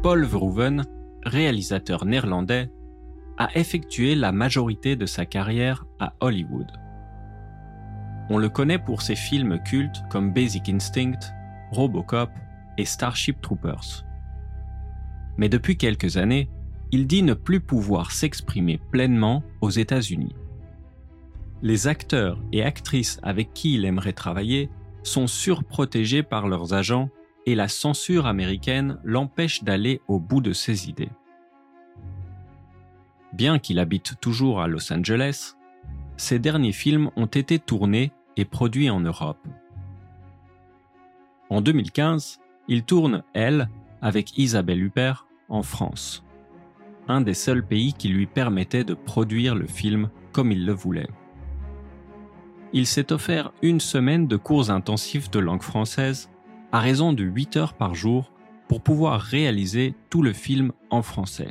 Paul Verhoeven, réalisateur néerlandais, a effectué la majorité de sa carrière à Hollywood. On le connaît pour ses films cultes comme Basic Instinct, Robocop et Starship Troopers. Mais depuis quelques années, il dit ne plus pouvoir s'exprimer pleinement aux États-Unis. Les acteurs et actrices avec qui il aimerait travailler sont surprotégés par leurs agents et la censure américaine l'empêche d'aller au bout de ses idées. Bien qu'il habite toujours à Los Angeles, ses derniers films ont été tournés et produits en Europe. En 2015, il tourne Elle avec Isabelle Huppert en France, un des seuls pays qui lui permettait de produire le film comme il le voulait. Il s'est offert une semaine de cours intensifs de langue française à raison de 8 heures par jour pour pouvoir réaliser tout le film en français.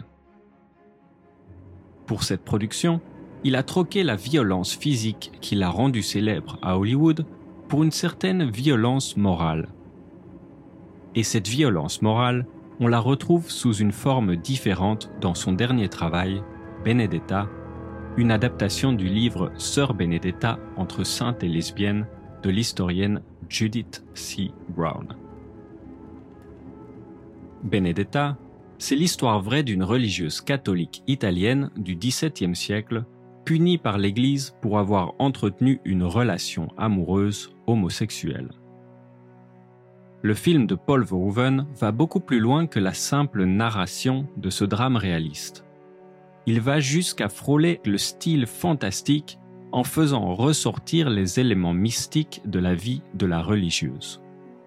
Pour cette production, il a troqué la violence physique qui l'a rendu célèbre à Hollywood pour une certaine violence morale. Et cette violence morale, on la retrouve sous une forme différente dans son dernier travail, Benedetta, une adaptation du livre Sœur Benedetta entre sainte et lesbienne de l'historienne Judith C. Brown. Benedetta, c'est l'histoire vraie d'une religieuse catholique italienne du XVIIe siècle, punie par l'Église pour avoir entretenu une relation amoureuse homosexuelle. Le film de Paul Verhoeven va beaucoup plus loin que la simple narration de ce drame réaliste. Il va jusqu'à frôler le style fantastique en faisant ressortir les éléments mystiques de la vie de la religieuse.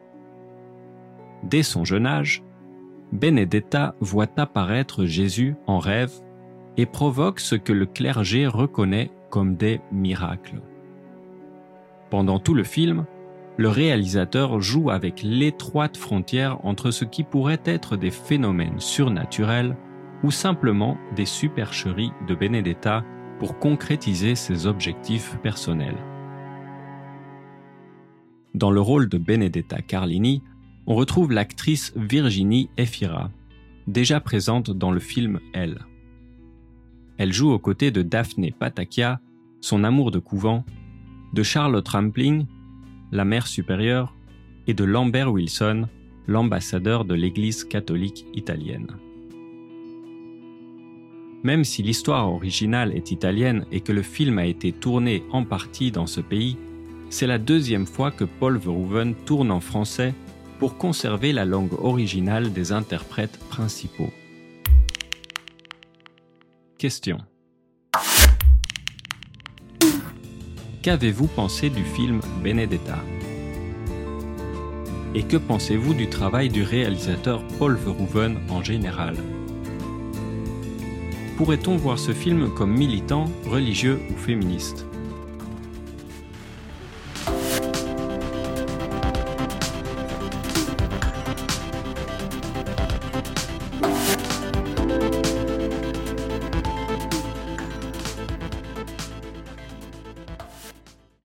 Dès son jeune âge, Benedetta voit apparaître Jésus en rêve et provoque ce que le clergé reconnaît comme des miracles. Pendant tout le film, le réalisateur joue avec l'étroite frontière entre ce qui pourrait être des phénomènes surnaturels ou simplement des supercheries de Benedetta pour concrétiser ses objectifs personnels. Dans le rôle de Benedetta Carlini, on retrouve l'actrice Virginie Efira, déjà présente dans le film Elle. Elle joue aux côtés de Daphné Patakia, son amour de couvent, de Charlotte Rampling, la mère supérieure, et de Lambert Wilson, l'ambassadeur de l'Église catholique italienne. Même si l'histoire originale est italienne et que le film a été tourné en partie dans ce pays, c'est la deuxième fois que Paul Verhoeven tourne en français pour conserver la langue originale des interprètes principaux. Question. Qu'avez-vous pensé du film Benedetta ? Et que pensez-vous du travail du réalisateur Paul Verhoeven en général ? Pourrait-on voir ce film comme militant, religieux ou féministe ?